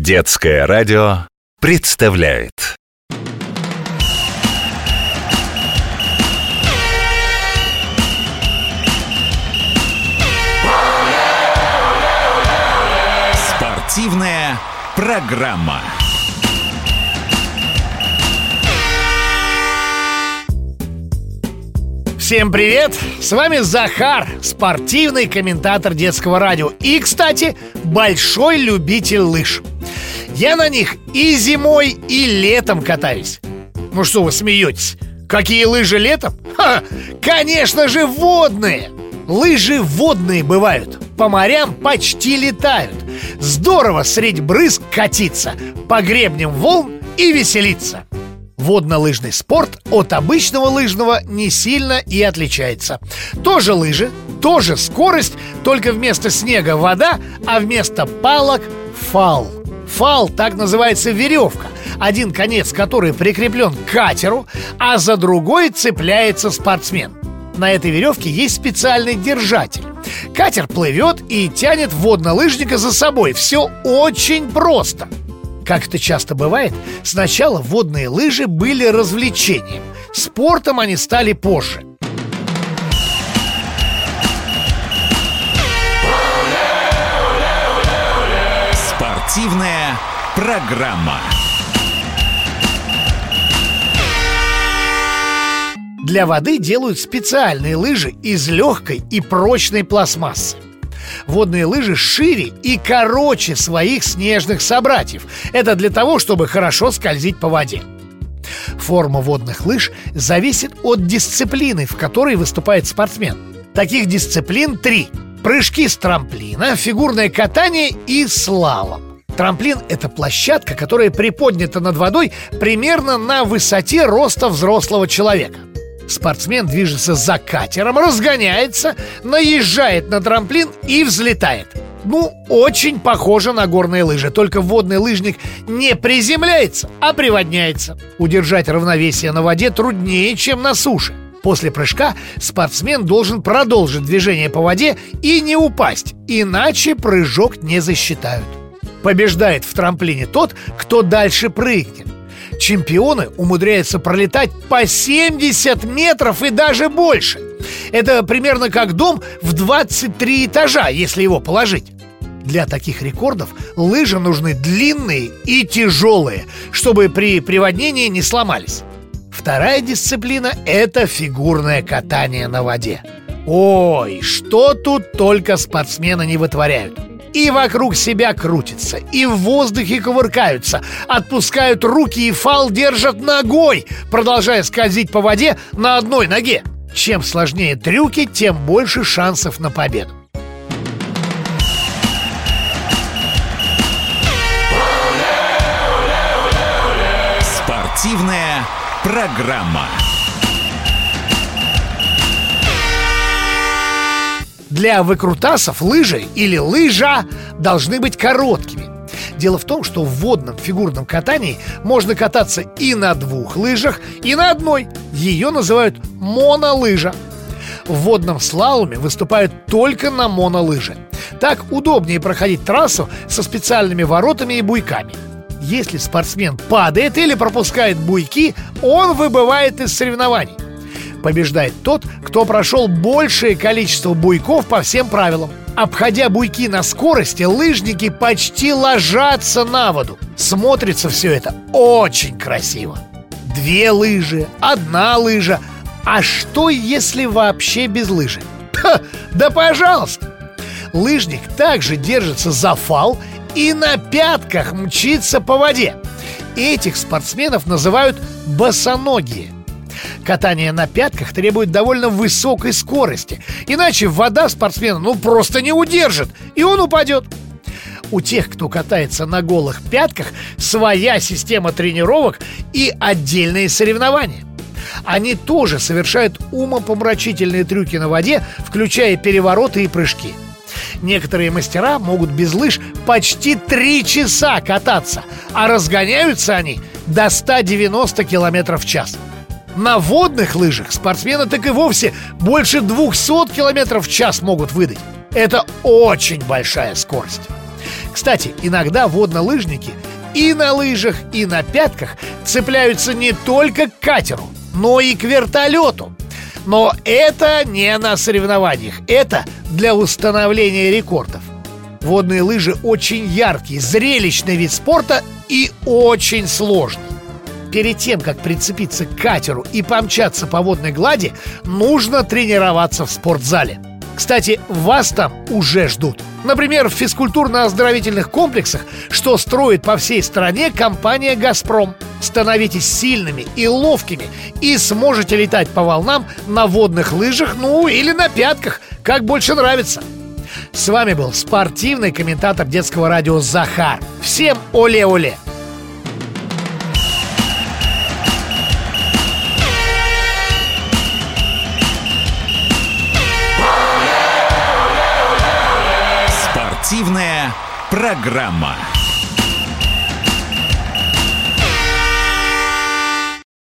Детское радио представляет спортивная программа. Всем привет! С вами Захар, спортивный комментатор детского радио. И, кстати, большой любитель лыж. Я на них и зимой, и летом катаюсь. Ну что вы смеетесь? Какие лыжи летом? Конечно же, водные! Лыжи водные бывают. По морям почти летают. Здорово средь брызг катиться, по гребням волн и веселиться. Водно-лыжный спорт от обычного лыжного не сильно и отличается. Тоже лыжи, тоже скорость, только вместо снега вода, а вместо палок фал. Фал, так называется веревка, один конец которой прикреплен к катеру, а за другой цепляется спортсмен. На этой веревке есть специальный держатель. Катер плывет и тянет воднолыжника за собой. Все очень просто. Как это часто бывает, сначала водные лыжи были развлечением. Спортом они стали позже. Спортивная программа. Для воды делают специальные лыжи из легкой и прочной пластмассы. Водные лыжи шире и короче своих снежных собратьев. Это для того, чтобы хорошо скользить по воде. Форма водных лыж зависит от дисциплины, в которой выступает спортсмен. Таких дисциплин 3: прыжки с трамплина, фигурное катание и слалом. Трамплин – это площадка, которая приподнята над водой примерно на высоте роста взрослого человека. Спортсмен движется за катером, разгоняется, наезжает на трамплин и взлетает. Очень похоже на горные лыжи, только водный лыжник не приземляется, а приводняется. Удержать равновесие на воде труднее, чем на суше. После прыжка спортсмен должен продолжить движение по воде и не упасть, иначе прыжок не засчитают. Побеждает в трамплине тот, кто дальше прыгнет. Чемпионы умудряются пролетать по 70 метров и даже больше. Это примерно как дом в 23 этажа, если его положить. Для таких рекордов лыжи нужны длинные и тяжелые, чтобы при приводнении не сломались. Вторая дисциплина – это фигурное катание на воде. Ой, что тут только спортсмены не вытворяют. И вокруг себя крутятся, и в воздухе кувыркаются, отпускают руки и фал держат ногой, продолжая скользить по воде на одной ноге. Чем сложнее трюки, тем больше шансов на победу. Спортивная программа. Для выкрутасов лыжи или лыжа должны быть короткими. Дело в том, что в водном фигурном катании можно кататься и на 2 лыжах, и на одной. Ее называют монолыжа. В водном слаломе выступают только на монолыже. Так удобнее проходить трассу со специальными воротами и буйками. Если спортсмен падает или пропускает буйки, он выбывает из соревнований. Побеждает тот, кто прошел большее количество буйков по всем правилам. Обходя буйки на скорости, лыжники почти ложатся на воду. Смотрится все это очень красиво. 2 лыжи, 1 лыжа. А что, если вообще без лыжи? Да пожалуйста! Лыжник также держится за фал и на пятках мчится по воде. Этих спортсменов называют босоногие. Катание на пятках требует довольно высокой скорости, иначе вода спортсмена просто не удержит, и он упадет. У тех, кто катается на голых пятках, своя система тренировок и отдельные соревнования. Они тоже совершают умопомрачительные трюки на воде, включая перевороты и прыжки. Некоторые мастера могут без лыж почти 3 часа кататься, а разгоняются они до 190 км в час. На водных лыжах спортсмены так и вовсе больше 200 км в час могут выдать. Это очень большая скорость. Кстати, иногда воднолыжники и на лыжах, и на пятках цепляются не только к катеру, но и к вертолету. Но это не на соревнованиях, это для установления рекордов. Водные лыжи очень яркий, зрелищный вид спорта и очень сложный. Перед тем, как прицепиться к катеру и помчаться по водной глади, нужно тренироваться в спортзале. Кстати, вас там уже ждут. Например, в физкультурно-оздоровительных комплексах, что строит по всей стране компания «Газпром». Становитесь сильными и ловкими и сможете летать по волнам на водных лыжах, ну или на пятках, как больше нравится. С вами был спортивный комментатор детского радио Захар. Всем оле-оле! Спортивная программа.